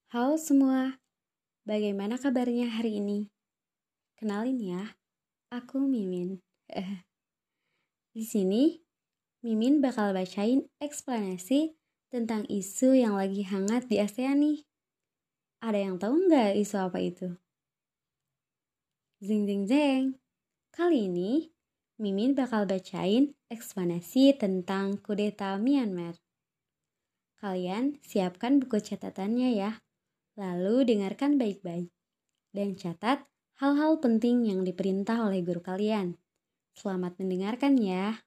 Halo semua, bagaimana kabarnya hari ini? Kenalin ya, aku Mimin. Di sini, Mimin bakal bacain eksplanasi tentang isu yang lagi hangat di ASEAN nih. Ada yang tahu nggak isu apa itu? Zing zing zeng. Kali ini, Mimin bakal bacain eksplanasi tentang kudeta Myanmar. Kalian siapkan buku catatannya ya. Lalu dengarkan baik-baik dan catat hal-hal penting yang diperintah oleh guru kalian. Selamat mendengarkan ya.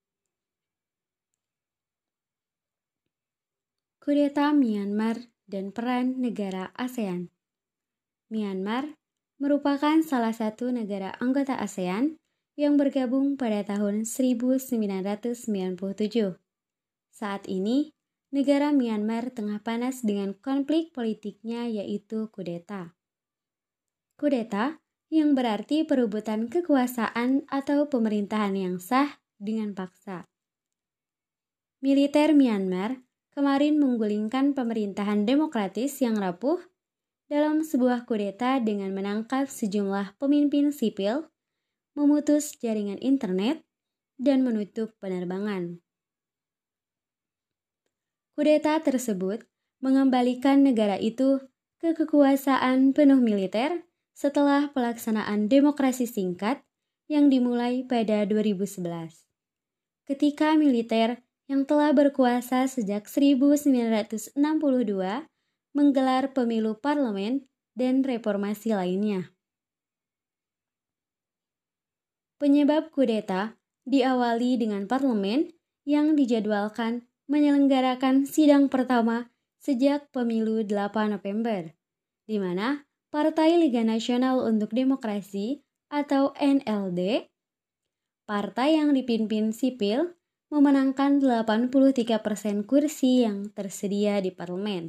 Kudeta Myanmar dan peran negara ASEAN. Myanmar merupakan salah satu negara anggota ASEAN yang bergabung pada tahun 1997. Saat ini, negara Myanmar tengah panas dengan konflik politiknya yaitu kudeta. Kudeta yang berarti perebutan kekuasaan atau pemerintahan yang sah dengan paksa. Militer Myanmar kemarin menggulingkan pemerintahan demokratis yang rapuh dalam sebuah kudeta dengan menangkap sejumlah pemimpin sipil, memutus jaringan internet, dan menutup penerbangan. Kudeta tersebut mengembalikan negara itu ke kekuasaan penuh militer setelah pelaksanaan demokrasi singkat yang dimulai pada 2011. Ketika militer yang telah berkuasa sejak 1962 menggelar pemilu parlemen dan reformasi lainnya. Penyebab kudeta diawali dengan parlemen yang dijadwalkan menyelenggarakan sidang pertama sejak pemilu 8 November, di mana Partai Liga Nasional untuk Demokrasi atau NLD, partai yang dipimpin sipil, memenangkan 83% kursi yang tersedia di parlemen.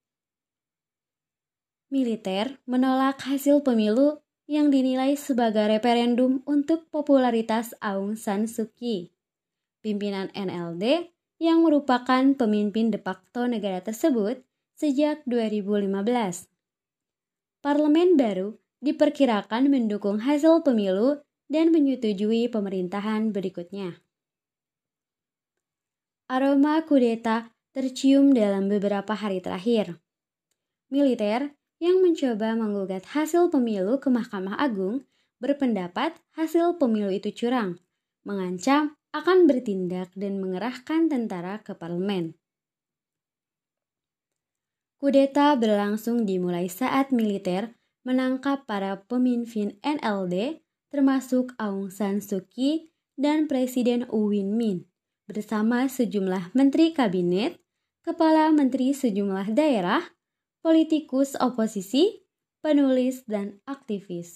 Militer menolak hasil pemilu yang dinilai sebagai referendum untuk popularitas Aung San Suu Kyi, pimpinan NLD yang merupakan pemimpin de facto negara tersebut sejak 2015. Parlemen baru diperkirakan mendukung hasil pemilu dan menyetujui pemerintahan berikutnya. Aroma kudeta tercium dalam beberapa hari terakhir. Militer yang mencoba menggugat hasil pemilu ke Mahkamah Agung berpendapat hasil pemilu itu curang, mengancam akan bertindak dan mengerahkan tentara ke parlemen. Kudeta berlangsung dimulai saat militer menangkap para pemimpin NLD termasuk Aung San Suu Kyi dan Presiden U Win Mint bersama sejumlah menteri kabinet, kepala menteri sejumlah daerah, politikus oposisi, penulis, dan aktivis.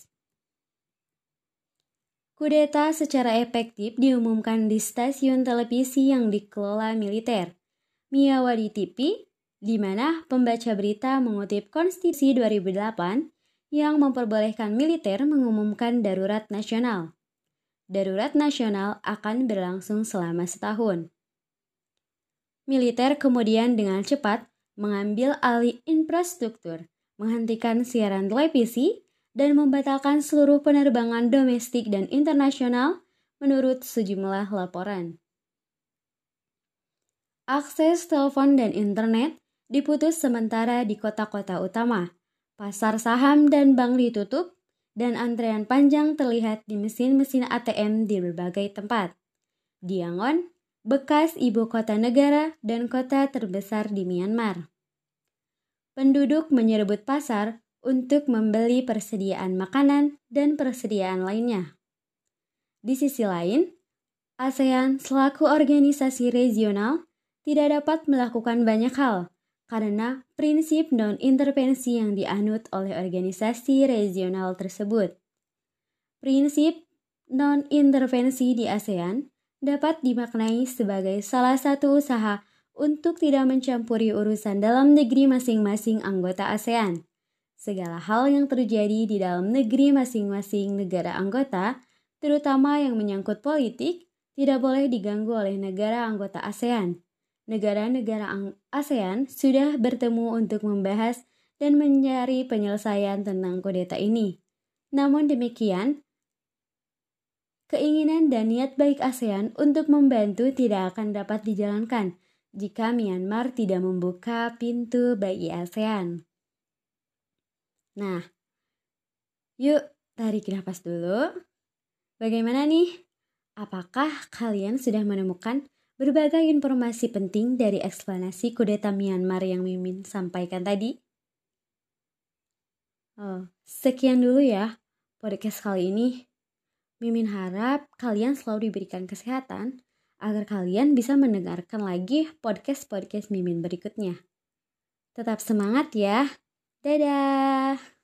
Kudeta secara efektif diumumkan di stasiun televisi yang dikelola militer, Miyawadi TV, di mana pembaca berita mengutip Konstitusi 2008 yang memperbolehkan militer mengumumkan darurat nasional. Darurat nasional akan berlangsung selama setahun. Militer kemudian dengan cepat mengambil alih infrastruktur, menghentikan siaran televisi, dan membatalkan seluruh penerbangan domestik dan internasional menurut sejumlah laporan. Akses telepon dan internet diputus sementara di kota-kota utama, pasar saham dan bank ditutup, dan antrean panjang terlihat di mesin-mesin ATM di berbagai tempat. Di Yangon, bekas ibu kota negara dan kota terbesar di Myanmar. Penduduk menyerebut pasar untuk membeli persediaan makanan dan persediaan lainnya. Di sisi lain, ASEAN selaku organisasi regional tidak dapat melakukan banyak hal karena prinsip non-intervensi yang dianut oleh organisasi regional tersebut. Prinsip non-intervensi di ASEAN dapat dimaknai sebagai salah satu usaha untuk tidak mencampuri urusan dalam negeri masing-masing anggota ASEAN. Segala hal yang terjadi di dalam negeri masing-masing negara anggota, terutama yang menyangkut politik, tidak boleh diganggu oleh negara anggota ASEAN. Negara-negara ASEAN sudah bertemu untuk membahas dan mencari penyelesaian tentang kudeta ini. Namun demikian, keinginan dan niat baik ASEAN untuk membantu tidak akan dapat dijalankan jika Myanmar tidak membuka pintu bagi ASEAN. Nah, yuk tarik nafas dulu. Bagaimana nih? Apakah kalian sudah menemukan berbagai informasi penting dari eksplanasi kudeta Myanmar yang Mimin sampaikan tadi? Sekian dulu ya podcast kali ini. Mimin harap kalian selalu diberikan kesehatan agar kalian bisa mendengarkan lagi podcast-podcast Mimin berikutnya. Tetap semangat ya. Dadah!